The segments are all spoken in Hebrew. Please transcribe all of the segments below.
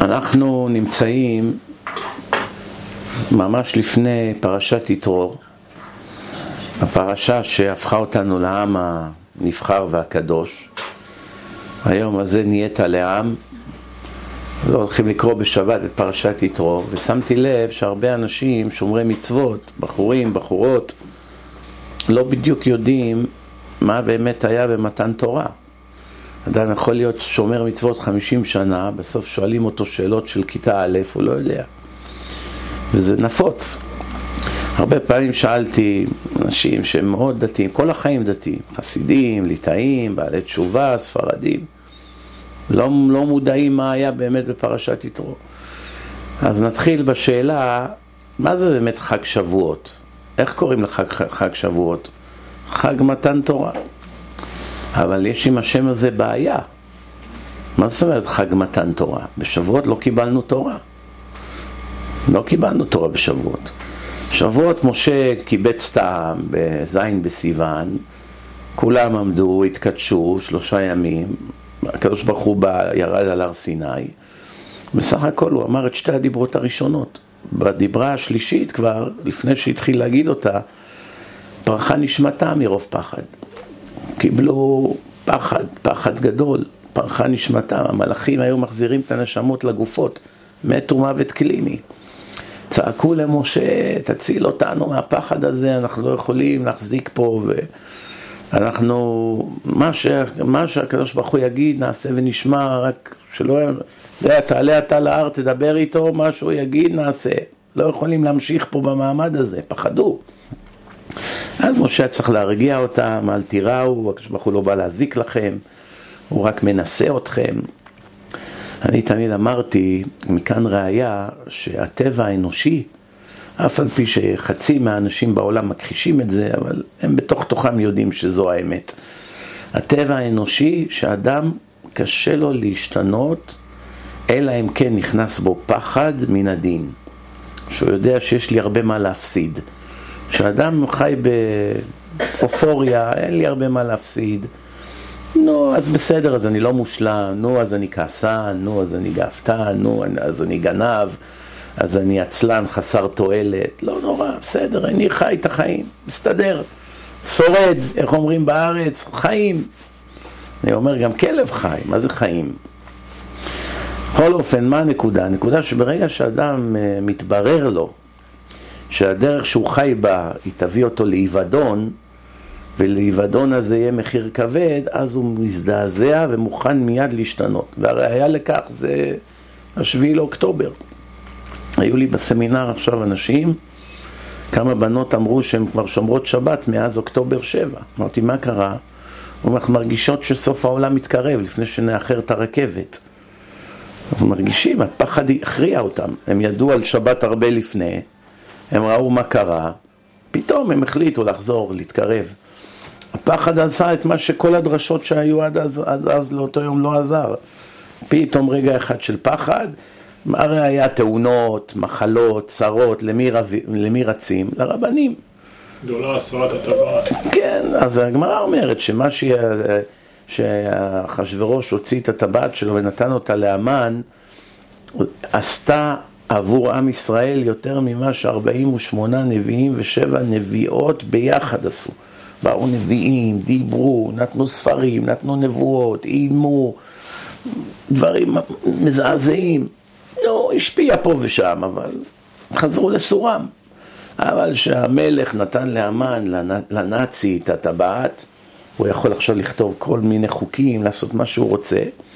אנחנו נמצאים ממש לפני פרשת יתרו, הפרשה שהפכה אותנו לעם הנבחר והקדוש. היום הזה נהיית לעם, לא הולכים לקרוא בשבת את פרשת יתרו, ושמתי לב שהרבה אנשים שומרי מצוות, בחורים, בחורות, לא בדיוק יודעים מה באמת היה במתן תורה. אדם יכול להיות שומר מצוות 50 שנה, בסוף שואלים אותו שאלות של כיתה א', הוא לא יודע. וזה נפוץ. הרבה פעמים שאלתי אנשים שהם מאוד דתיים, כל החיים דתיים, חסידים, ליטאים, בעלי תשובה, ספרדים, לא מודעים מה היה באמת בפרשת יתרו. אז נתחיל בשאלה, מה זה באמת חג שבועות? איך קוראים לחג שבועות? חג מתן תורה. אבל יש עם השם הזה בעיה. מה זאת אומרת חג מתן תורה? בשבועות לא קיבלנו תורה. לא קיבלנו תורה בשבועות. שבועות משה קיבץ טעם בזין בסיוון, כולם עמדו, התקדשו 3 ימים, הקדוש ברוך הוא ירד על הר סיני, בסך הכל הוא אמר את 2 הדיברות הראשונות. בדיברה השלישית כבר, לפני שהתחיל להגיד אותה, פרחה נשמתה מרוב פחד. קיבלו פחד גדול, פרחה נשמתה, המלאכים היו מחזירים את הנשמות לגופות, מתו מוות קליני. צעקו למשה, תציל אותנו מהפחד הזה, אנחנו לא יכולים להחזיק פה, ואנחנו, מה שהקדוש ברוך הוא יגיד, נעשה ונשמע, רק שלא, תעלה אתה להר, תדבר איתו, מה שהוא יגיד, נעשה. לא יכולים להמשיך פה במעמד הזה, פחדו. אז משה צריך להרגיע אותם, אל תיראו, הקדוש ברוך הוא לא בא להזיק לכם, הוא רק מנסה אתכם. אני תמיד אמרתי, מכאן ראיה, שהטבע האנושי, אף על פי שחצי מהאנשים בעולם מכחישים את זה, אבל הם בתוך תוכם יודעים שזו האמת. הטבע האנושי, שאדם קשה לו להשתנות, אלא אם כן נכנס בו פחד מן הדין. שהוא יודע שיש לי הרבה מה להפסיד. כשאדם חי באופוריה, אין לי הרבה מה להפסיד. נו, אז בסדר, אז אני לא מושלם, נו, אז אני כעסן, נו, אז אני גאוותן, נו, אז אני גנב, אז אני עצלן, חסר תועלת. לא נורא, בסדר, אני חי את החיים, מסתדר, שורד, איך אומרים בארץ, חיים. אני אומר גם כלב חי, מה זה חיים? בכל אופן, מה הנקודה? הנקודה שברגע שאדם מתברר לו, שהדרך שהוא חי בה, היא תביא אותו לאיבדון, ולאיבדון הזה יהיה מחיר כבד, אז הוא מזדעזע ומוכן מיד להשתנות. והראיה לכך זה 7 לאוקטובר. היו לי בסמינר עכשיו אנשים, כמה בנות אמרו שהן כבר שומרות שבת מאז אוקטובר 7. אמרתי, מה קרה? אנחנו מרגישות שסוף העולם מתקרב לפני שנאחר את הרכבת. אנחנו מרגישים, הפחד הכריע אותם. הם ידעו על שבת הרבה לפני, הם ראו מה קרה, פתאום הם החליטו לחזור, להתקרב. הפחד עשה את מה שכל הדרשות שהיו עד אז לאותו יום לא עזר. פתאום רגע אחד של פחד, הרי היה תאונות, מחלות, צרות, למי רצים? לרבנים. גדולה הסרת הטבעת. כן, אז הגמרא אומרת שמה שהאחשוורוש הוציא את הטבעת שלו ונתן אותה להמן, עשתה עבור עם ישראל יותר ממה ש48 נביאים ו7 נביאות ביחד עשו. באו נביאים, דיברו, נתנו ספרים, נתנו נבואות, איימו, דברים מזעזעים. לא, השפיע פה ושם, אבל חזרו לסורם. אבל שהמלך נתן להמן, לנאצי את הטבעת, הוא יכול עכשיו לכתוב כל מיני חוקים, לעשות מה שהוא רוצה.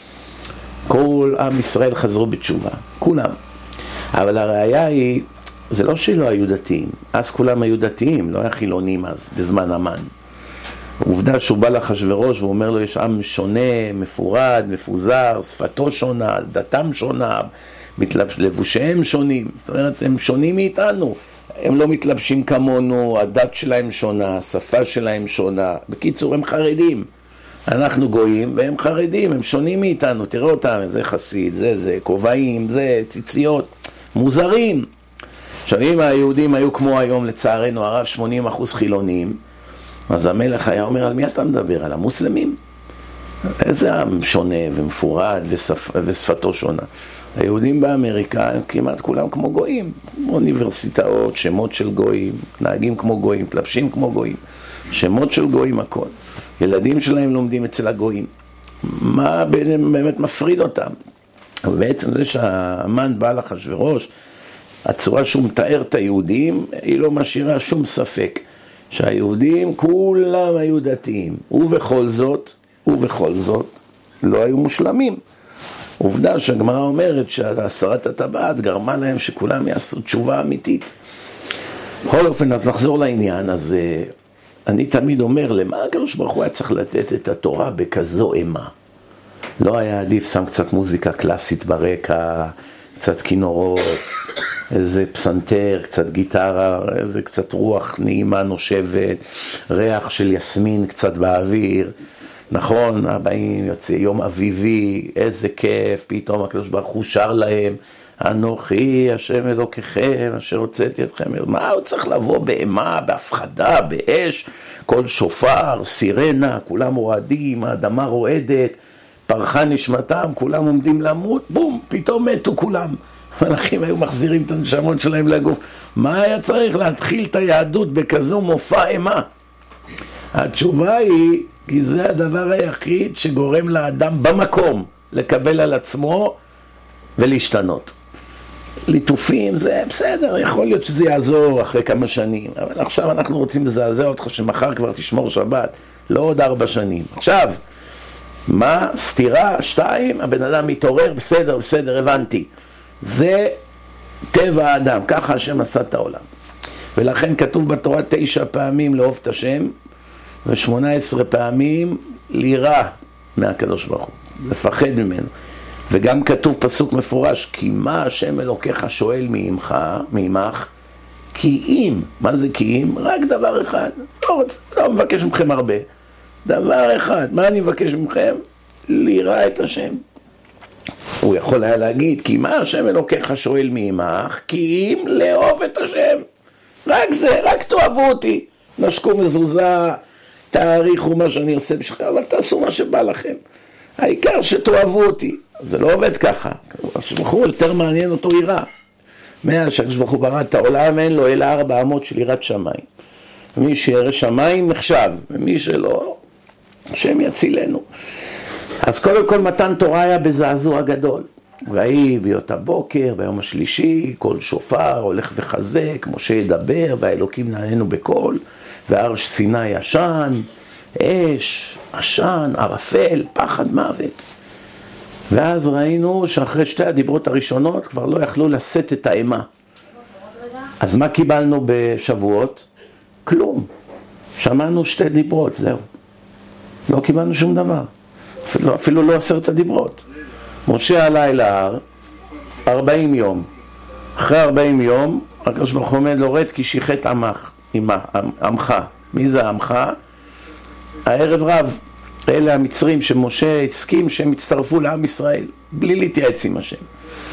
כל עם ישראל חזרו בתשובה, כולם. אבל הראיה היא, זה לא שלא היו דתיים, אז כולם היו דתיים, לא היה חילונים אז, בזמן המן. עובדה שהוא בא לאחשוורוש והוא אומר לו, יש עם שונה, מפורד, מפוזר, שפתו שונה, דתם שונה, לבושיהם שונים, זאת אומרת, הם שונים מאיתנו, הם לא מתלבשים כמונו, הדת שלהם שונה, השפה שלהם שונה, בקיצור הם חרדים. אנחנו גויים והם חרדים, הם שונים מאיתנו, תראה אותם, זה חסיד, זה כובעים, זה ציציות, מוזרים. עכשיו אם היהודים היו כמו היום לצערנו הרב 80% חילונים, אז המלך היה אומר, על מי אתה מדבר? על המוסלמים? איזה עם שונה ומפורד ושפתו שונה. היהודים באמריקה הם כמעט כולם כמו גויים, אוניברסיטאות, שמות של גויים, נהגים כמו גויים, תלבשים כמו גויים, שמות של גויים, הכל. ילדים שלהם לומדים אצל הגויים. מה באמת מפריד אותם? ובעצם זה שהמן בעל אחשוורוש, הצורה שהוא מתאר את היהודים, היא לא משאירה שום ספק שהיהודים כולם היו דתיים, ובכל זאת לא היו מושלמים. עובדה שהגמרא אומרת שהסרת הטבעת גרמה להם שכולם יעשו תשובה אמיתית. בכל אופן, אז נחזור לעניין. אז אני תמיד אומר, למה הקדוש ברוך הוא היה צריך לתת את התורה בכזו אימה? לא היה עדיף שם קצת מוזיקה קלאסית ברקע, קצת כינורות, איזה פסנתר, קצת גיטרה, איזה קצת רוח נעימה נושבת, ריח של יסמין קצת באוויר. נכון, הבאים יוצא יום אביבי, איזה כיף, פתאום הקדוש ברוך הוא שר להם, אנוכי השם אלוקיכם אשר הוצאתי אתכם. מה הוא צריך לבוא באימה, בהפחדה, באש, כל שופר, סירנה, כולם רועדים, האדמה רועדת, פרחה נשמתם, כולם עומדים למות, בום, פתאום מתו כולם. המלאכים היו מחזירים את הנשמות שלהם לגוף. מה היה צריך להתחיל את היהדות בכזו מופע אימה? התשובה היא, כי זה הדבר היחיד שגורם לאדם במקום לקבל על עצמו ולהשתנות. ליטופים זה בסדר, יכול להיות שזה יעזור אחרי כמה שנים, אבל עכשיו אנחנו רוצים לזעזע אותך שמחר כבר תשמור שבת, לא עוד 4 שנים. עכשיו, מה? סתירה, 2, הבן אדם מתעורר, בסדר, הבנתי. זה טבע האדם, ככה השם עשה את העולם. ולכן כתוב בתורה 9 פעמים לאהוב את השם, ו18 פעמים לירא מהקדוש ברוך הוא, לפחד ממנו. וגם כתוב פסוק מפורש, כי מה השם אלוקיך שואל מעמך? כי אם, מה זה כי אם? רק דבר אחד, לא מבקש מכם הרבה. דבר אחד, מה אני מבקש מכם? לירא את השם. הוא יכול היה להגיד, כי מה השם אלוקיך שואל מעמך? כי אם לאהוב את השם. רק זה, רק תאהבו אותי. נשקו מזוזה, תאריכו מה שאני עושה בשביל, אבל תעשו מה שבא לכם. העיקר שתאהבו אותי. זה לא עובד ככה. השבחור יותר מעניין אותו יראה. שהשבחור ברא את העולם, אין לו אלא 4 אמות של יראת שמיים. מי שירא שמיים נחשב, ומי שלא, השם יצילנו. אז קודם כל מתן תורה היה בזעזוע גדול. והיא ביות הבוקר, ביום השלישי, כל שופר הולך וחזק, משה ידבר, והאלוקים נעננו בקול, והר סיני ישן, אש, עשן, ערפל, פחד מוות. ואז ראינו שאחרי 2 הדיברות הראשונות כבר לא יכלו לשאת את האימה. אז מה קיבלנו בשבועות? כלום. שמענו 2 דיברות, זהו. לא קיבלנו שום דבר. אפילו לא 10 הדיברות. משה עלה אל ההר 40 יום. אחרי 40 יום, הקדוש ברוך הוא עומד לורד כי שיחת עמך. מי זה עמך? הערב רב. אלה המצרים שמשה הסכים שהם הצטרפו לעם ישראל, בלי להתייעץ עם השם.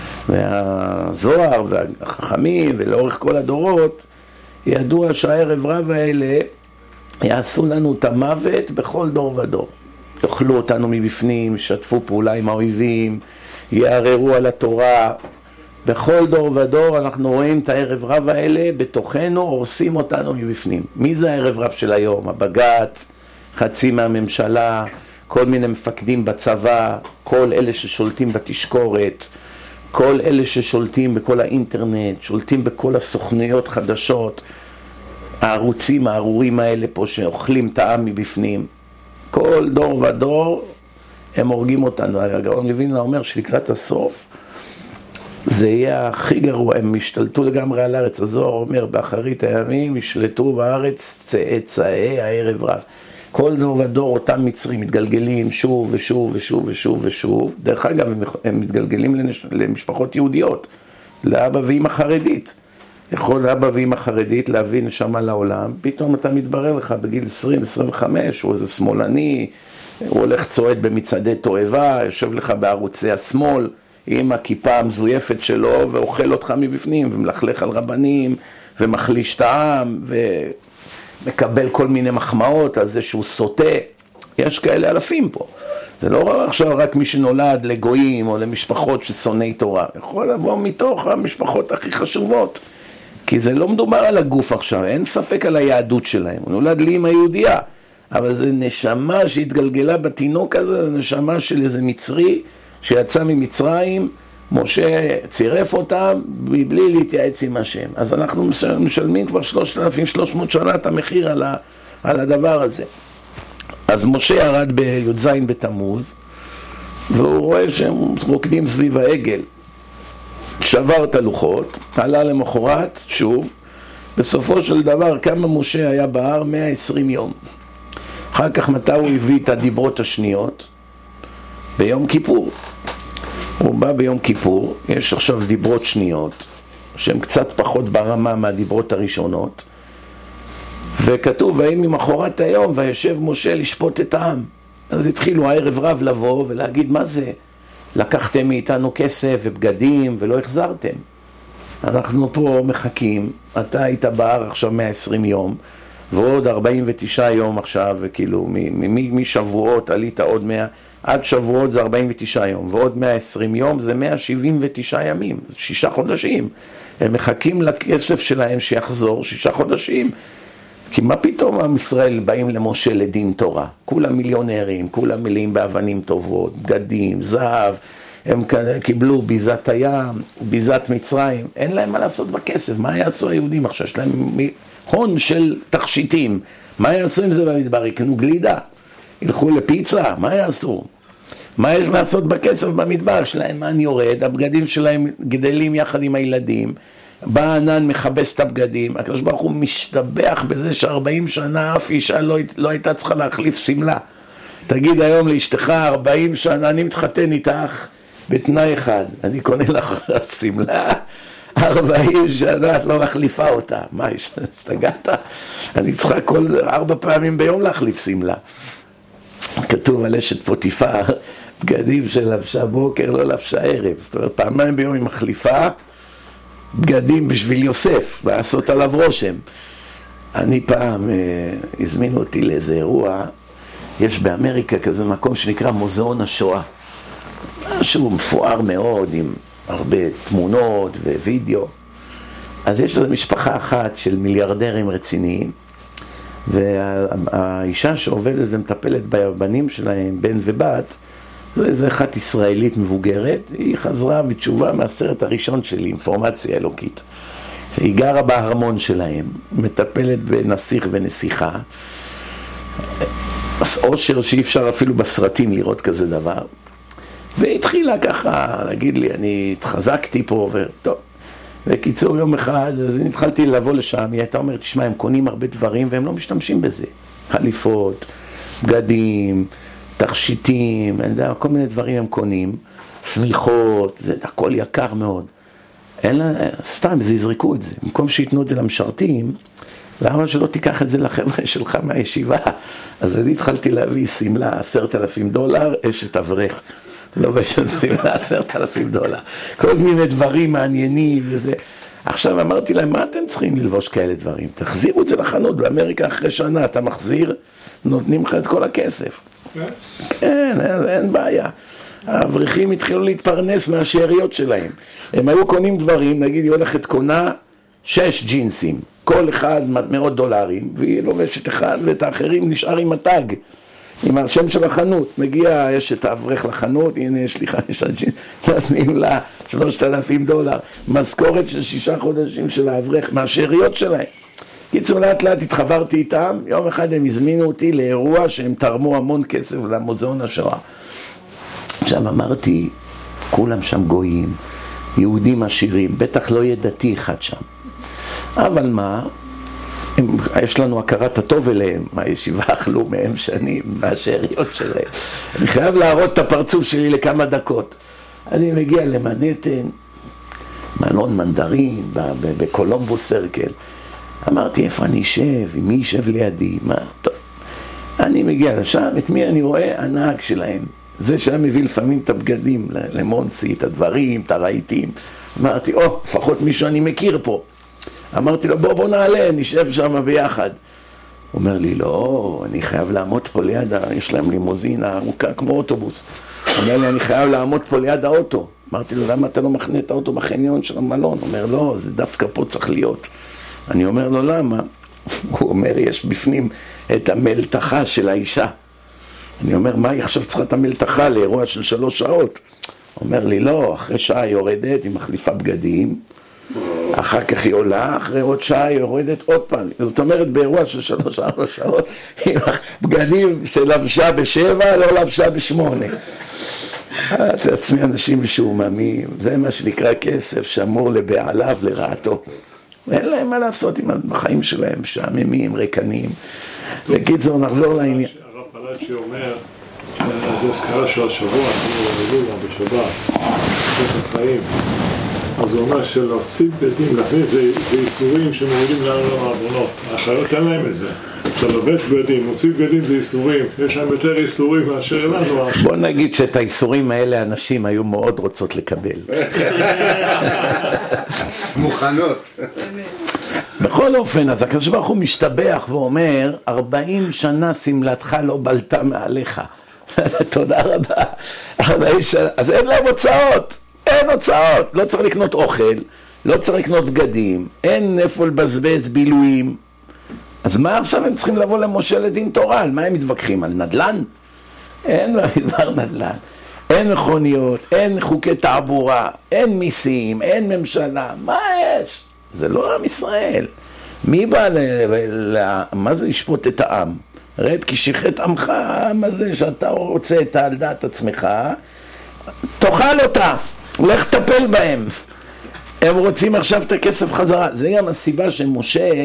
והזוהר והחכמים ולאורך כל הדורות, ידוע שהערב רב האלה יעשו לנו את המוות בכל דור ודור. יאכלו אותנו מבפנים, שתפו פעולה עם האויבים, יערערו על התורה. בכל דור ודור אנחנו רואים את הערב רב האלה בתוכנו, הורסים אותנו מבפנים. מי זה הערב רב של היום? הבג"ץ, חצי מהממשלה, כל מיני מפקדים בצבא, כל אלה ששולטים בתשקורת, כל אלה ששולטים בכל האינטרנט, שולטים בכל הסוכנויות חדשות, הערוצים הארורים האלה פה שאוכלים את העם מבפנים. כל דור ודור הם הורגים אותנו. הגאון מווילנה אומר שלקראת הסוף זה יהיה הכי גרוע, הם השתלטו לגמרי על הארץ. הזוהר אומר באחרית הימים ישלטו בארץ צאצאי הערב רב. כל דור ודור אותם מצרים מתגלגלים שוב ושוב ושוב ושוב ושוב. דרך אגב הם מתגלגלים למשפחות יהודיות, לאבא ואמא חרדית. יכול אבא ואמא חרדית להביא נשמה לעולם, פתאום אתה מתברר לך בגיל 20-25, הוא איזה שמאלני, הוא הולך צועד במצעדי תועבה, יושב לך בערוצי השמאל, עם הכיפה המזויפת שלו, ואוכל אותך מבפנים, ומלכלך על רבנים, ומחליש את העם, ומקבל כל מיני מחמאות על זה שהוא סוטה. יש כאלה אלפים פה. זה לא עכשיו רק מי שנולד לגויים או למשפחות ששונאי תורה. יכול לבוא מתוך המשפחות הכי חשובות. כי זה לא מדובר על הגוף עכשיו, אין ספק על היהדות שלהם. הוא נולד לי עם היהודייה. אבל זה נשמה שהתגלגלה בתינוק הזה, זה נשמה של איזה מצרי שיצא ממצרים, משה צירף אותם בלי להתייעץ עם השם. אז אנחנו משלמים כבר 3,300 שנה את המחיר על הדבר הזה. אז משה ירד בי"ז בתמוז, והוא רואה שהם רוקדים סביב העגל. שבר את הלוחות, עלה למחרת, שוב, בסופו של דבר כמה משה היה בהר? 120 יום. אחר כך מתי הוא הביא את הדיברות השניות? ביום כיפור. הוא בא ביום כיפור, יש עכשיו דיברות שניות, שהן קצת פחות ברמה מהדיברות הראשונות, וכתוב, ויהי ממחרת היום, וישב משה לשפוט את העם. אז התחילו הערב רב לבוא ולהגיד, מה זה? לקחתם מאיתנו כסף ובגדים ולא החזרתם. אנחנו פה מחכים, אתה היית בהר עכשיו 120 יום, ועוד 49 יום עכשיו, וכאילו משבועות עלית עוד 100, עד שבועות זה 49 יום, ועוד 120 יום זה 179 ימים, זה 6 חודשים. הם מחכים לכסף שלהם שיחזור 6 חודשים. כי מה פתאום עם ישראל באים למשה לדין תורה? כולם מיליונרים, כולם מלאים באבנים טובות, בגדים, זהב, הם קיבלו ביזת הים, ביזת מצרים, אין להם מה לעשות בכסף. מה יעשו היהודים עכשיו? יש להם הון של תכשיטים. מה יעשו עם זה במדבר? יקנו גלידה, ילכו לפיצה, מה יעשו? מה יש לעשות בכסף במדבר? שלהם מן יורד, הבגדים שלהם גדלים יחד עם הילדים, בא הענן מחבש את הבגדים, הקדוש ברוך הוא משתבח בזה ש40 שנה אף אישה לא הייתה צריכה להחליף סמלה. תגיד היום לאשתך 40 שנה אני מתחתן איתך בתנאי אחד, אני קונה לך סמלה 40 שנה את לא מחליפה אותה. מה, השתגעת? אני צריכה כל 4 פעמים ביום להחליף סמלה. כתוב על אשת פוטיפר, בגדים שלבשה בוקר לא לבשה ערב, זאת אומרת פעמיים ביום היא מחליפה בגדים בשביל יוסף, לעשות עליו רושם. אני פעם, הזמינו אותי לאיזה אירוע, יש באמריקה כזה מקום שנקרא מוזיאון השואה. משהו מפואר מאוד, עם הרבה תמונות ווידאו. אז יש איזו משפחה אחת של מיליארדרים רציניים, והאישה שעובדת ומטפלת בבנים שלהם, בן ובת, זו איזו אחת ישראלית מבוגרת, היא חזרה בתשובה מהסרט הראשון שלי, אינפורמציה אלוקית. היא גרה בארמון שלהם, מטפלת בנסיך ונסיכה, אושר שאי אפשר אפילו בסרטים לראות כזה דבר. והתחילה ככה להגיד לי, אני התחזקתי פה וטוב. וקיצור יום אחד, אז אני התחלתי לבוא לשם, היא הייתה אומרת, תשמע, הם קונים הרבה דברים והם לא משתמשים בזה. חליפות, בגדים, תכשיטים, אני יודע, כל מיני דברים הם קונים, סמיכות, זה הכל יקר מאוד. אין לה, סתם, זה יזרקו את זה. במקום שיתנו את זה למשרתים, למה שלא תיקח את זה לחבר'ה שלך מהישיבה? אז אני התחלתי להביא סמלה, $10,000, אשת אברך. לא בשביל סמלה, $10,000. כל מיני דברים מעניינים וזה. עכשיו אמרתי להם, מה אתם צריכים ללבוש כאלה דברים? תחזירו את זה לחנות, באמריקה אחרי שנה אתה מחזיר, נותנים לך את כל הכסף. כן, אין בעיה. האברכים התחילו להתפרנס מהשאריות שלהם. הם היו קונים דברים, נגיד היא הולכת קונה 6 ג'ינסים, כל אחד $100, והיא לובשת אחד ואת האחרים נשאר עם הטאג, עם השם של החנות. מגיע, יש את האברך לחנות, הנה יש לי 5 ג'ינסים, נותנים לה $3,000, משכורת של 6 חודשים של האברך, מהשאריות שלהם. קיצור, לאט לאט התחברתי איתם, יום אחד הם הזמינו אותי לאירוע שהם תרמו המון כסף למוזיאון השואה. עכשיו אמרתי, כולם שם גויים, יהודים עשירים, בטח לא יהיה דתי אחד שם. אבל מה? יש לנו הכרת הטוב אליהם, מהישיבה אכלו מהם שנים, מהשאריות שלהם. אני חייב להראות את הפרצוף שלי לכמה דקות. אני מגיע למנהטן, מלון מנדרין, בקולומבוס סרקל. אמרתי, איפה אני אשב? מי ישב לידי? מה? טוב. אני מגיע לשם, את מי אני רואה? הנהג שלהם. זה שהם מביא לפעמים את הבגדים למונסי, את הדברים, את הרהיטים. אמרתי, לפחות מישהו אני מכיר פה. אמרתי לו, בוא נעלה, נשב שם ביחד. הוא אומר לי, לא, אני חייב לעמוד פה ליד, יש להם לימוזינה ארוכה כמו אוטובוס. הוא אומר לי, אני חייב לעמוד פה ליד האוטו. אמרתי לו, למה אתה לא מכנה את האוטו בחניון של המלון? הוא אומר, לא, זה דווקא פה צריך להיות. אני אומר לו, למה? הוא אומר, יש בפנים את המלתחה של האישה. אני אומר, מה היא עכשיו צריכה את המלתחה לאירוע של 3 שעות? הוא אומר לי, לא, אחרי שעה היא יורדת, היא מחליפה בגדים, אחר כך היא עולה, אחרי עוד שעה היא יורדת עוד פעם. זאת אומרת, באירוע של 3-4 שעות, היא בגדים שלבשה ב7, לא לבשה ב8. עצמי אנשים משועממים, זה מה שנקרא כסף שמור לבעליו לרעתו. ואין להם מה לעשות עם החיים שלהם, שעממים, ריקנים. בקיצור, נחזור לעניין. הרב פלאצ'י אומר, זה הזכרה של השבוע, עשינו לרגולה בשבת, בשבת החיים. אז הוא אומר שלהוציא בגדים, להכניס זה איסורים שמורידים לנו למעוונות. האחיות אין להם את זה. שלבש בגדים, להוציא בגדים זה איסורים. יש להם יותר איסורים מאשר לנו. בוא נגיד שאת האיסורים האלה אנשים היו מאוד רוצות לקבל. מוכנות. בכל אופן, אז הקדוש ברוך הוא משתבח ואומר, 40 שנה סמלתך לא בלטה מעליך. תודה רבה. 40 שנה, אז אין להם הוצאות. אין הוצאות, לא צריך לקנות אוכל, לא צריך לקנות בגדים, אין איפה לבזבז בילויים. אז מה עכשיו הם צריכים לבוא למשה לדין תורה? על מה הם מתווכחים? על נדל"ן? אין לו דבר נדל"ן. אין מכוניות, אין חוקי תעבורה, אין מיסים, אין ממשלה. מה יש? זה לא עם ישראל. מי בא מה זה לשפוט את העם? רד כי שיחת עמך, העם הזה שאתה רוצה את על דעת עצמך, תאכל אותה. לך טפל בהם. הם רוצים עכשיו את הכסף חזרה. זה גם הסיבה שמשה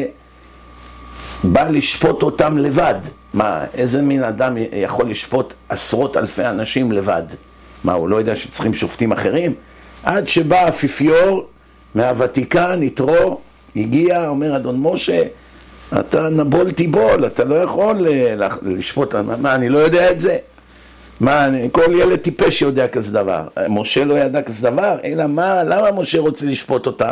בא לשפוט אותם לבד. מה, איזה מין אדם יכול לשפוט 10,000 אנשים לבד? מה, הוא לא יודע שצריכים שופטים אחרים? עד שבא האפיפיור מהוותיקן, יתרו, הגיע, אומר אדון משה, אתה נבול תיבול, אתה לא יכול לשפוט. מה, אני לא יודע את זה? מה, כל ילד טיפש יודע כזה דבר. משה לא ידע כזה דבר, אלא מה, למה משה רוצה לשפוט אותם?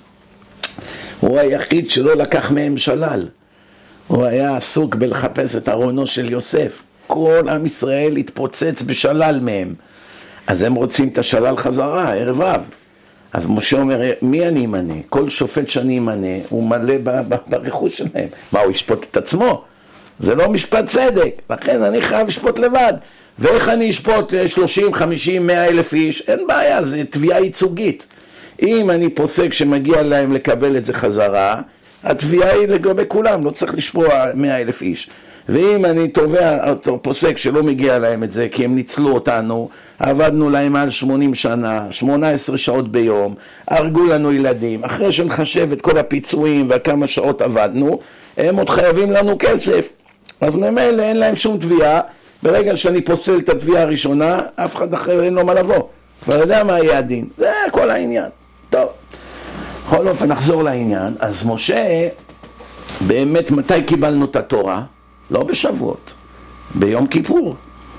הוא היחיד שלא לקח מהם שלל. הוא היה עסוק בלחפש את ארונו של יוסף. כל עם ישראל התפוצץ בשלל מהם. אז הם רוצים את השלל חזרה, ערביו. אז משה אומר, מי אני אמנה? כל שופט שאני אמנה, הוא מלא ברכוש שלהם. מה, הוא ישפוט את עצמו? זה לא משפט צדק. לכן אני חייב לשפוט לבד. ואיך אני אשפוט 30, 50, 100 אלף איש? אין בעיה, זה תביעה ייצוגית. אם אני פוסק שמגיע להם לקבל את זה חזרה, התביעה היא לגבי כולם, לא צריך לשפוע 100 אלף איש. ואם אני תובע אותו פוסק שלא מגיע להם את זה, כי הם ניצלו אותנו, עבדנו להם מעל 80 שנה, 18 שעות ביום, הרגו לנו ילדים, אחרי שנחשב את כל הפיצויים וכמה שעות עבדנו, הם עוד חייבים לנו כסף. אז ממילא אין להם שום תביעה, ברגע שאני פוסל את התביעה הראשונה, אף אחד אחר אין לו מה לבוא. כבר יודע מה יהיה הדין. זה כל העניין. טוב. בכל אופן, נחזור לעניין. אז משה, באמת מתי קיבלנו את התורה? לא בשבועות. ביום כיפור.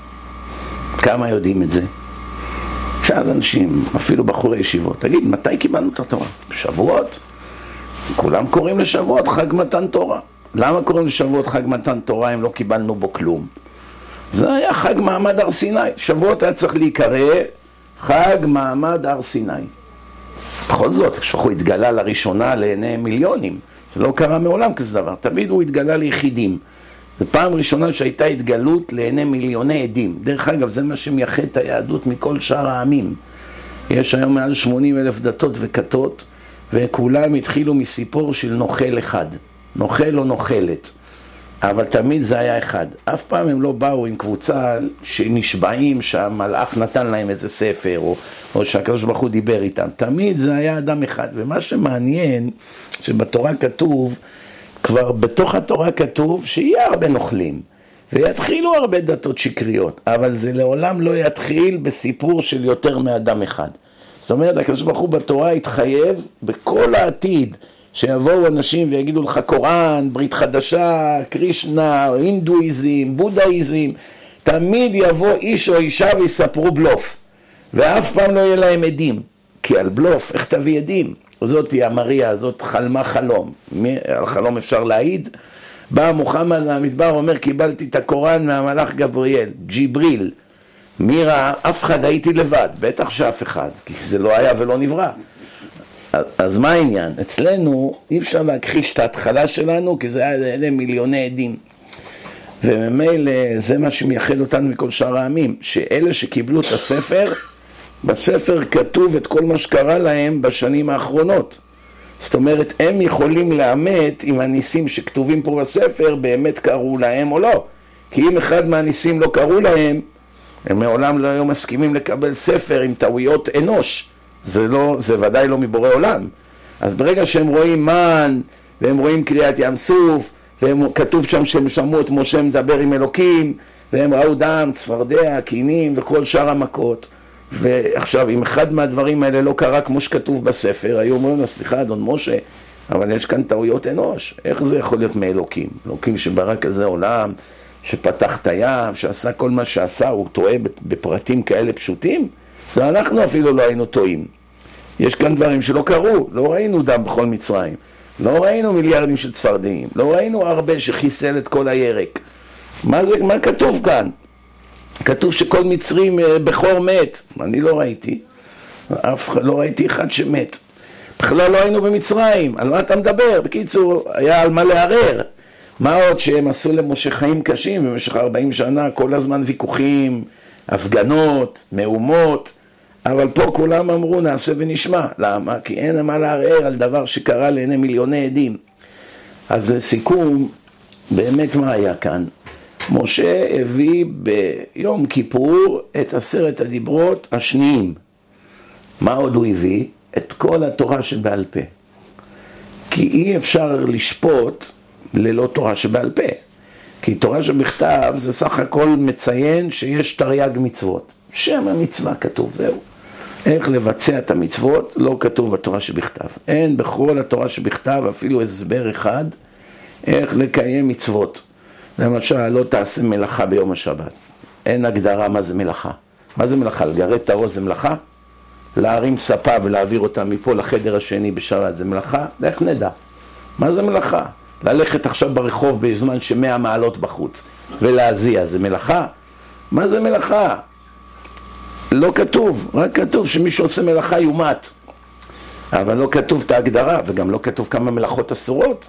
כמה יודעים את זה? שאל אנשים, אפילו בחורי ישיבות. תגיד, מתי קיבלנו את התורה? בשבועות? כולם קוראים לשבועות חג מתן תורה. למה קוראים לשבועות חג מתן תורה אם לא קיבלנו בו כלום? זה היה חג מעמד הר סיני. שבועות היה צריך להיקרא חג מעמד הר סיני. בכל זאת, כשהוא התגלה לראשונה לעיני מיליונים. זה לא קרה מעולם כזה דבר. תמיד הוא התגלה ליחידים. זו פעם ראשונה שהייתה התגלות לעיני מיליוני עדים. דרך אגב, זה מה שמייחד את היהדות מכל שאר העמים. יש היום מעל 80,000 דתות וכתות, וכולם התחילו מסיפור של נוכל אחד. נוכל או נוכלת. אבל תמיד זה היה אחד. אף פעם הם לא באו עם קבוצה שנשבעים שהמלאך נתן להם איזה ספר, או שהקדוש ברוך הוא דיבר איתם. תמיד זה היה אדם אחד. ומה שמעניין, שבתורה כתוב, כבר בתוך התורה כתוב שיהיה הרבה נוכלים, ויתחילו הרבה דתות שקריות, אבל זה לעולם לא יתחיל בסיפור של יותר מאדם אחד. זאת אומרת, הקדוש ברוך הוא בתורה התחייב בכל העתיד, שיבואו אנשים ויגידו לך קוראן, ברית חדשה, קרישנה, הינדואיזם, בודהיזם, תמיד יבוא איש או אישה ויספרו בלוף, ואף פעם לא יהיה להם עדים, כי על בלוף איך תביא עדים? זאת היא המריה, זאת חלמה חלום. על חלום אפשר להעיד, בא מוחמד מהמדבר, אומר, קיבלתי את הקוראן מהמלאך גבריאל, ג'יבריל. מי ראה? אף אחד, הייתי לבד, בטח שאף אחד, כי זה לא היה ולא נברא. אז מה העניין? אצלנו אי אפשר להכחיש את ההתחלה שלנו, כי זה היה אלה מיליוני עדים. וממילא זה מה שמייחד אותנו מכל שאר העמים, שאלה שקיבלו את הספר, בספר כתוב את כל מה שקרה להם בשנים האחרונות. זאת אומרת, הם יכולים לאמת אם הניסים שכתובים פה בספר באמת קראו להם או לא. כי אם אחד מהניסים לא קראו להם, הם מעולם לא היו מסכימים לקבל ספר עם טעויות אנוש. זה ודאי לא מבורא עולם. אז ברגע שהם רואים מן, והם רואים קריאת ים סוף, וכתוב שם שהם שמעו את משה מדבר עם אלוקים, והם ראו דם, צפרדע, קינים וכל שאר המכות. ועכשיו, אם אחד מהדברים האלה לא קרה כמו שכתוב בספר, היו אומרים לו, סליחה, אדון משה, אבל יש כאן טעויות אנוש. איך זה יכול להיות מאלוקים? אלוקים שברא כזה עולם, שפתח את הים, שעשה כל מה שעשה, הוא טועה בפרטים כאלה פשוטים? זה אנחנו אפילו לא היינו טועים. יש כאן דברים שלא קרו, לא ראינו דם בכל מצרים, לא ראינו מיליארדים של צפרדעים, לא ראינו הרבה שחיסל את כל הירק. מה כתוב כאן? כתוב שכל מצרים בכור מת, אני לא ראיתי, לא ראיתי אחד שמת. בכלל לא היינו במצרים, על מה אתה מדבר? בקיצור, היה על מה לערער. מה עוד שהם עשו למשה חיים קשים במשך 40 שנה, כל הזמן ויכוחים, הפגנות, מהומות, אבל פה כולם אמרו נעשה ונשמע. למה? כי אין מה לערער על דבר שקרה לעיני מיליוני עדים. אז לסיכום, באמת מה היה כאן? משה הביא ביום כיפור את 10 הדיברות השניים. מה עוד הוא הביא? את כל התורה שבעל פה. כי אי אפשר לשפוט ללא תורה שבעל פה. כי תורה שבכתב זה סך הכל מציין שיש תרי"ג מצוות. שם המצווה כתוב, זהו. איך לבצע את המצוות לא כתוב בתורה שבכתב. אין בכל התורה שבכתב אפילו הסבר אחד איך לקיים מצוות. למשל, לא תעשה מלאכה ביום השבת. אין הגדרה מה זה מלאכה. מה זה מלאכה? לגרד את הראש זה מלאכה? להרים ספה ולהעביר אותה מפה לחדר השני בשבת זה מלאכה? איך נדע? מה זה מלאכה? ללכת עכשיו ברחוב בזמן ש100 מעלות בחוץ ולהזיע זה מלאכה? מה זה מלאכה? לא כתוב, רק כתוב שמישהו עושה מלאכה יומת. אבל לא כתוב את ההגדרה, וגם לא כתוב כמה מלאכות אסורות.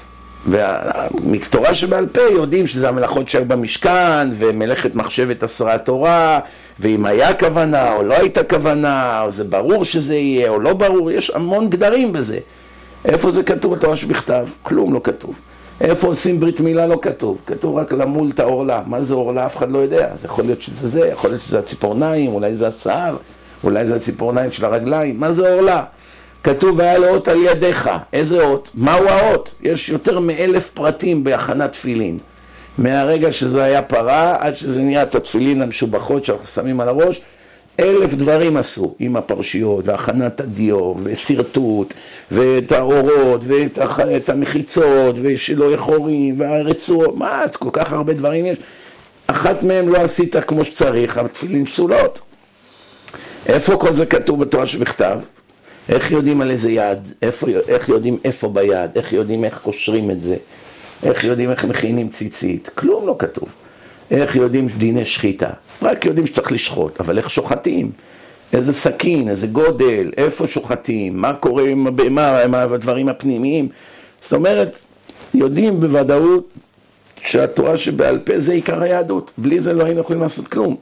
ומתורה שבעל פה יודעים שזה המלאכות שהיו במשכן, ומלאכת מחשבת עשרה תורה, ואם היה כוונה או לא הייתה כוונה, או זה ברור שזה יהיה או לא ברור, יש המון גדרים בזה. איפה זה כתוב בתורה שבכתב? כלום לא כתוב. איפה עושים ברית מילה? לא כתוב. כתוב רק למול את העורלה. מה זה עורלה? אף אחד לא יודע. אז יכול להיות שזה זה, יכול להיות שזה הציפורניים, אולי זה השיער, אולי זה הציפורניים של הרגליים. מה זה עורלה? כתוב היה לו אות על ידיך. איזה אות? מהו האות? יש יותר מ1,000 פרטים בהכנת תפילין. מהרגע שזה היה פרה עד שזה נהיה את התפילין המשובחות שאנחנו שמים על הראש, 1,000 דברים עשו עם הפרשיות, והכנת הדיו, וסרטוט, ואת האורות, ואת המחיצות, ושלא יחורים, והרצועות, מה? כל כך הרבה דברים יש. אחת מהם לא עשית כמו שצריך, התפילין פסולות. איפה כל זה כתוב בתורה שבכתב? איך יודעים על איזה יד? איך יודעים איפה ביד? איך יודעים איך קושרים את זה? איך יודעים איך מכינים ציצית? כלום לא כתוב. איך יודעים דיני שחיטה? רק יודעים שצריך לשחוט, אבל איך שוחטים? איזה סכין, איזה גודל, איפה שוחטים? מה קורה עם הבהמה, עם הדברים הפנימיים? זאת אומרת, יודעים בוודאות שהתורה שבעל פה זה עיקר היהדות. בלי זה לא היינו יכולים לעשות כלום.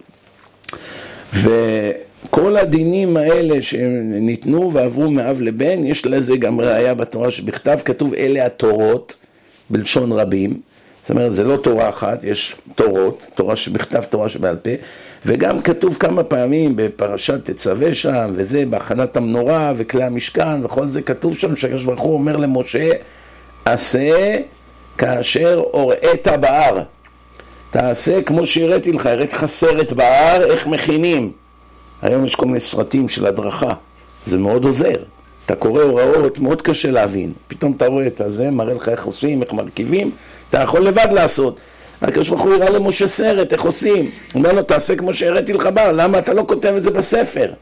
וכל הדינים האלה שניתנו ועברו מאב לבן, יש לזה גם ראיה בתורה שבכתב, כתוב אלה התורות, בלשון רבים. זאת אומרת, זה לא תורה אחת, יש תורות, תורה שבכתב, תורה שבעל פה, וגם כתוב כמה פעמים בפרשת תצווה שם, וזה בהכנת המנורה וכלי המשכן, וכל זה כתוב שם שהקדוש ברוך הוא אומר למשה, עשה כאשר הוראת בהר. תעשה כמו שהראיתי לך, הראיתי לך סרט בהר, איך מכינים. היום יש כל מיני סרטים של הדרכה, זה מאוד עוזר. אתה קורא הוראות, מאוד קשה להבין. פתאום אתה רואה את זה, מראה לך איך עושים, איך מרכיבים, אתה יכול לבד לעשות. הקדוש ברוך הוא הראה למשה סרט, איך עושים? הוא אומר לו, תעשה כמו שהראיתי לך בר, למה אתה לא כותב את זה בספר?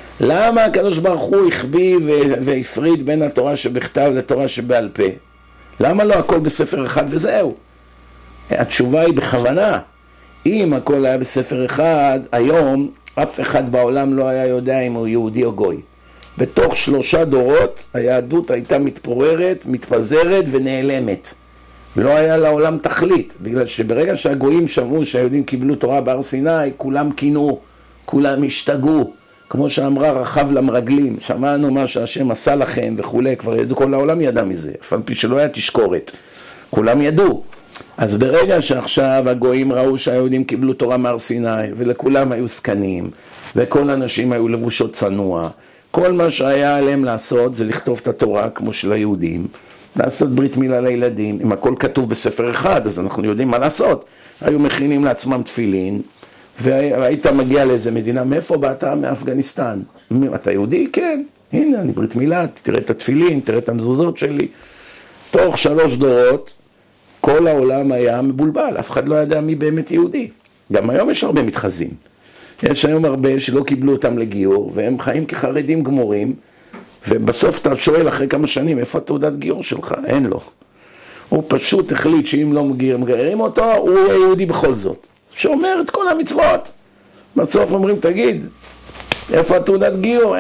למה הקדוש ברוך הוא החביא והפריד בין התורה שבכתב לתורה שבעל פה? למה לא הכל בספר אחד וזהו? התשובה היא בכוונה. אם הכל היה בספר אחד, היום אף אחד בעולם לא היה יודע אם הוא יהודי או גוי. בתוך 3 דורות היהדות הייתה מתפוררת, מתפזרת ונעלמת. ולא היה לעולם תכלית, בגלל שברגע שהגויים שמעו שהיהודים קיבלו תורה בהר סיני, כולם קינו, כולם השתגעו. כמו שאמרה רחב למרגלים, שמענו מה שהשם עשה לכם וכו', כבר ידעו, כל העולם ידע מזה, אף על פי שלא היה תשקורת, כולם ידעו. אז ברגע שעכשיו הגויים ראו שהיהודים קיבלו תורה מהר סיני, ולכולם היו זקנים, וכל אנשים היו לבושות צנוע, כל מה שהיה עליהם לעשות זה לכתוב את התורה כמו של היהודים, לעשות ברית מילה לילדים, אם הכל כתוב בספר אחד, אז אנחנו יודעים מה לעשות. היו מכינים לעצמם תפילין, והיית מגיע לאיזה מדינה, מאיפה באת? מאפגניסטן. אתה יהודי? כן. הנה, אני ברית מילה, תראה את התפילין, תראה את המזוזות שלי. תוך 3 דורות, כל העולם היה מבולבל, אף אחד לא ידע מי באמת יהודי. גם היום יש הרבה מתחזים. יש היום הרבה שלא קיבלו אותם לגיור, והם חיים כחרדים גמורים, ובסוף אתה שואל אחרי כמה שנים, איפה תעודת גיור שלך? אין לו. הוא פשוט החליט שאם לא מגיירים אותו, הוא יהיה יהודי בכל זאת. שאומר את כל המצוות. בסוף אומרים, תגיד, איפה תעודת גיור?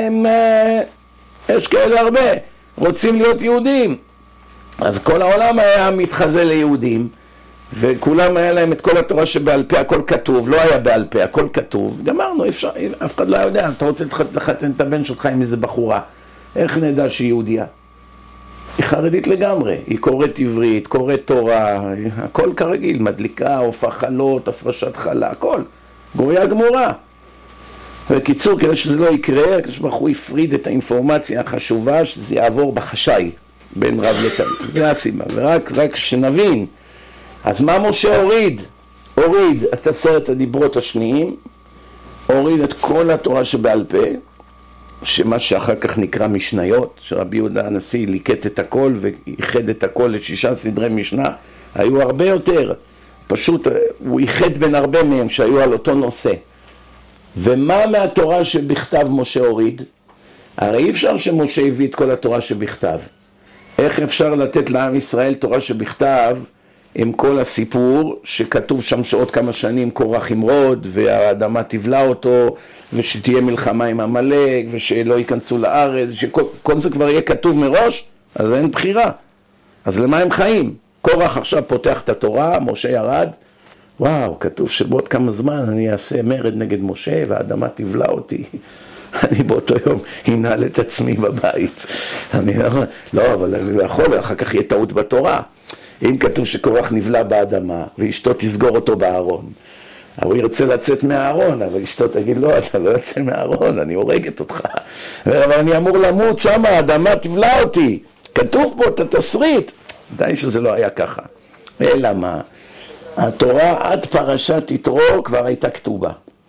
יש כאלה הרבה, רוצים להיות יהודים. אז כל העולם היה מתחזה ליהודים, וכולם היה להם את כל התורה שבעל פה, הכל כתוב, לא היה בעל פה, הכל כתוב. גמרנו, אפשר, אף אחד לא יודע, אתה רוצה לחתן את הבן שלך עם איזה בחורה, איך נדע שהיא יהודיה? היא חרדית לגמרי, היא קוראת עברית, קוראת תורה, הכל כרגיל, מדליקה, הופעה חלות, הפרשת חלה, הכל, גוריה גמורה. בקיצור, כדי שזה לא יקרה, כשבחור הפריד את האינפורמציה החשובה, שזה יעבור בחשאי בין רב לתלמיד, זה הסיבה, ורק שנבין. אז מה משה הוריד את 10 הדיברות השניים, הוריד את כל התורה שבעל פה, שמה שאחר כך נקרא משניות, שרבי יהודה הנשיא ליקט את הכל ואיחד את הכל ל6 סדרי משנה, היו הרבה יותר, פשוט הוא איחד בין הרבה מהם שהיו על אותו נושא. ומה מהתורה שבכתב משה הוריד? הרי אי אפשר שמשה הביא את כל התורה שבכתב. איך אפשר לתת לעם ישראל תורה שבכתב עם כל הסיפור שכתוב שם שעוד כמה שנים קורח ימרוד והאדמה תבלע אותו ושתהיה מלחמה עם עמלק ושלא ייכנסו לארץ, שכל זה כבר יהיה כתוב מראש, אז אין בחירה. אז למה הם חיים? קורח עכשיו פותח את התורה, משה ירד, וואו, כתוב שבעוד כמה זמן אני אעשה מרד נגד משה והאדמה תבלע אותי. אני באותו יום אנעל את עצמי בבית. אני לא, אבל אני לא יכול, אחר כך יהיה טעות בתורה. אם כתוב שקורח נבלע באדמה ואשתו תסגור אותו בארון, הוא ירצה לצאת מהארון, אבל אשתו תגיד לו, אתה לא יוצא מהארון, אני הורגת אותך. אבל אני אמור למות שם, האדמה תבלע אותי. כתוב פה את התסריט. די שזה לא היה ככה. אלא מה? התורה עד פרשת יתרו כבר הייתה כתובה.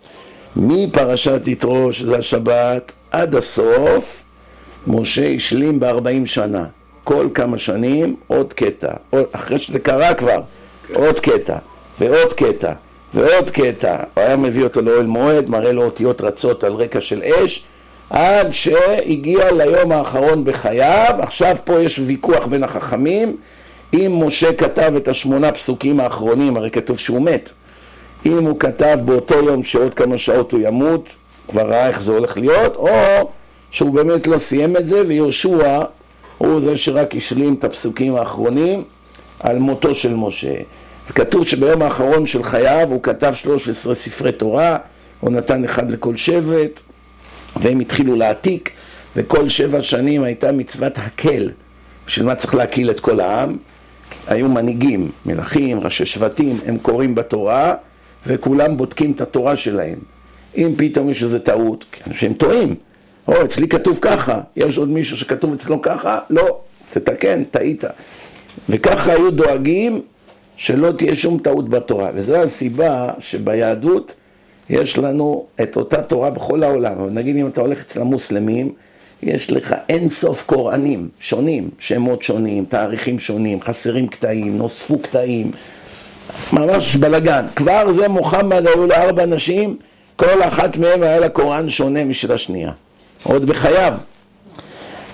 מפרשת יתרו, שזה השבת, עד הסוף, משה השלים ב40 שנה. כל כמה שנים עוד קטע, אחרי שזה קרה כבר, עוד קטע, ועוד קטע, ועוד קטע. הוא היה מביא אותו לאוהל מועד, מראה לו אותיות רצות על רקע של אש, עד שהגיע ליום האחרון בחייו. עכשיו פה יש ויכוח בין החכמים, אם משה כתב את 8 פסוקים האחרונים, הרי כתוב שהוא מת, אם הוא כתב באותו יום שעוד כמה שעות הוא ימות, כבר ראה איך זה הולך להיות, או שהוא באמת לא סיים את זה, ויהושע הוא זה שרק השלים את הפסוקים האחרונים על מותו של משה. וכתוב שביום האחרון של חייו הוא כתב 13 ספרי תורה, הוא נתן אחד לכל שבט, והם התחילו להעתיק, וכל 7 שנים הייתה מצוות הקל. בשביל מה צריך להקיל את כל העם? היו מנהיגים, מלכים, ראשי שבטים, הם קוראים בתורה, וכולם בודקים את התורה שלהם. אם פתאום יש איזו טעות, שהם טועים, או אצלי כתוב ככה, יש עוד מישהו שכתוב אצלו ככה, לא, תתקן, טעית. וככה היו דואגים שלא תהיה שום טעות בתורה, וזו הסיבה שביהדות יש לנו את אותה תורה בכל העולם. אבל נגיד אם אתה הולך אצל המוסלמים, יש לך אין סוף קוראנים שונים, שמות שונים, תאריכים שונים, חסרים קטעים, נוספו קטעים, ממש בלגן. כבר זה מוחמד היו לו 4 נשים, כל אחת מהם היה לה קוראן שונה משל השנייה, עוד בחייו.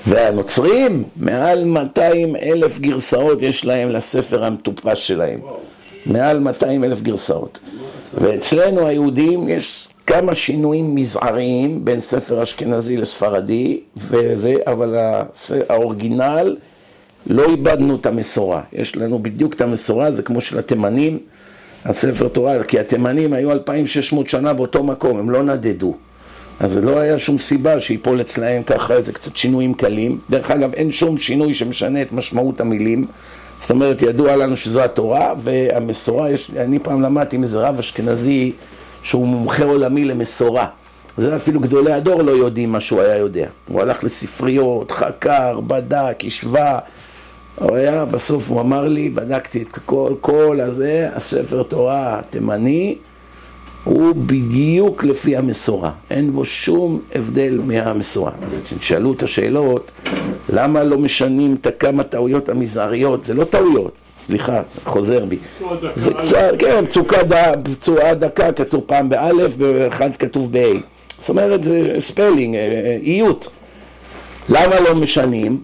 והנוצרים, מעל 200,000 גרסאות יש להם לספר המטופש שלהם. מעל 200,000 גרסאות. ואצלנו היהודים יש כמה שינויים מזעריים בין ספר אשכנזי לספרדי, וזה, אבל האורגינל, לא איבדנו את המסורה. יש לנו בדיוק את המסורה, זה כמו של התימנים, הספר תורה, כי התימנים היו 2600 שנה באותו מקום, הם לא נדדו. אז לא היה שום סיבה שיפול אצלהם ככה, זה קצת שינויים קלים. דרך אגב, אין שום שינוי שמשנה את משמעות המילים. זאת אומרת, ידוע לנו שזו התורה, והמסורה, אני פעם למדתי עם איזה רב אשכנזי, שהוא מומחה עולמי למסורה. זה אפילו גדולי הדור לא יודעים מה שהוא היה יודע. הוא הלך לספריות, חקר, בדק, השווה. הוא היה, בסוף הוא אמר לי, בדקתי את כל הזה, הספר תורה התימני, הוא בדיוק לפי המסורה. אין בו שום הבדל מהמסורה. אז שאלו את השאלות, למה לא משנים את כמה טעויות המזעריות? זה לא טעויות, סליחה, חוזר בי. זה קצת, כן, פצועה דקה, כתוב פעם באלף, ואחד כתוב ב-A. זאת אומרת, זה ספלינג, איות. למה לא משנים?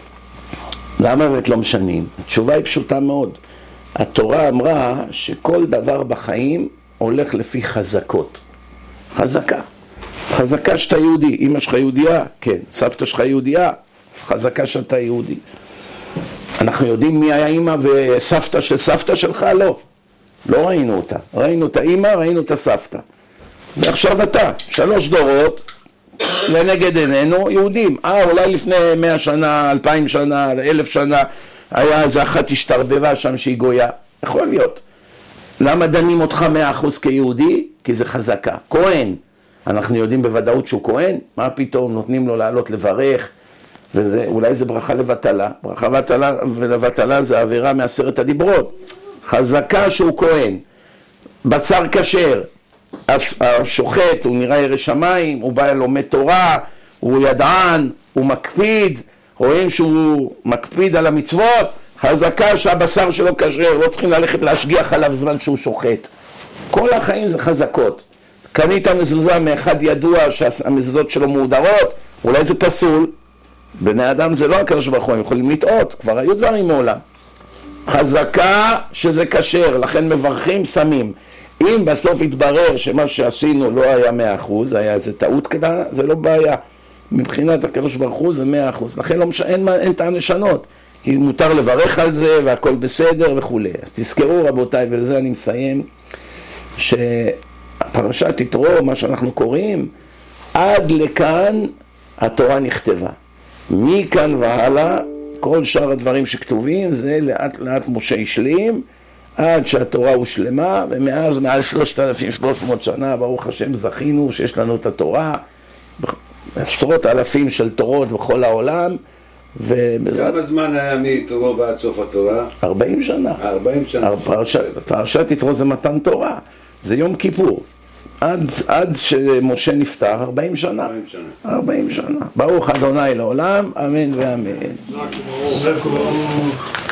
למה באמת לא משנים? התשובה היא פשוטה מאוד. התורה אמרה שכל דבר בחיים הולך לפי חזקות. חזקה. חזקה שאתה יהודי. אמא שלך יהודייה? כן. סבתא שלך יהודייה? חזקה שאתה יהודי. אנחנו יודעים מי היה אמא וסבתא של סבתא שלך? לא. לא ראינו אותה. ראינו את האמא, ראינו את הסבתא. ועכשיו אתה, 3 דורות, לנגד עינינו, יהודים. אולי לפני 100 שנה, 2000 שנה, 1000 שנה, היה איזה אחת השתרבבה שם שהיא גויה. יכול להיות. למה דנים אותך 100% כיהודי? כי זה חזקה. כהן, אנחנו יודעים בוודאות שהוא כהן, מה פתאום נותנים לו לעלות לברך, וזה, אולי זה ברכה לבטלה. ברכה ולבטלה זה עבירה מ10 הדיברות. חזקה שהוא כהן. בשר כשר. השוחט, הוא נראה ירא שמיים, הוא בא לומד תורה, הוא ידען, הוא מקפיד, רואים שהוא מקפיד על המצוות, חזקה שהבשר שלו כשר, לא צריכים ללכת להשגיח עליו זמן שהוא שוחט. כל החיים זה חזקות. קנית מזוזה מאחד ידוע שהמזוזות שלו מהודרות, אולי זה פסול. בני אדם זה לא הקדוש ברוך הוא, הם יכולים לטעות, כבר היו דברים מעולם. חזקה שזה כשר, לכן מברכים שמים. אם בסוף יתברר שמה שעשינו לא היה 100%, היה איזה טעות קטנה, זה לא בעיה. מבחינת הקדוש ברוך הוא זה 100%. לכן אין טעם לשנות, כי מותר לברך על זה והכל בסדר וכו'. אז תזכרו רבותיי, ולזה אני מסיים, שהפרשת יתרו, מה שאנחנו קוראים, עד לכאן התורה נכתבה. מכאן והלאה, כל שאר הדברים שכתובים זה לאט לאט משה השלים, עד שהתורה הושלמה, ומאז מעל 3,300 שנה, ברוך השם, זכינו שיש לנו את התורה, עשרות אלפים של תורות בכל העולם, כמה זמן היה מתורו ועד סוף התורה? 40 שנה. 40 שנה. פרשת יתרו זה מתן תורה, זה יום כיפור. עד שמשה נפטר, 40 שנה. 40 שנה. ברוך אדוני לעולם, אמן ואמן.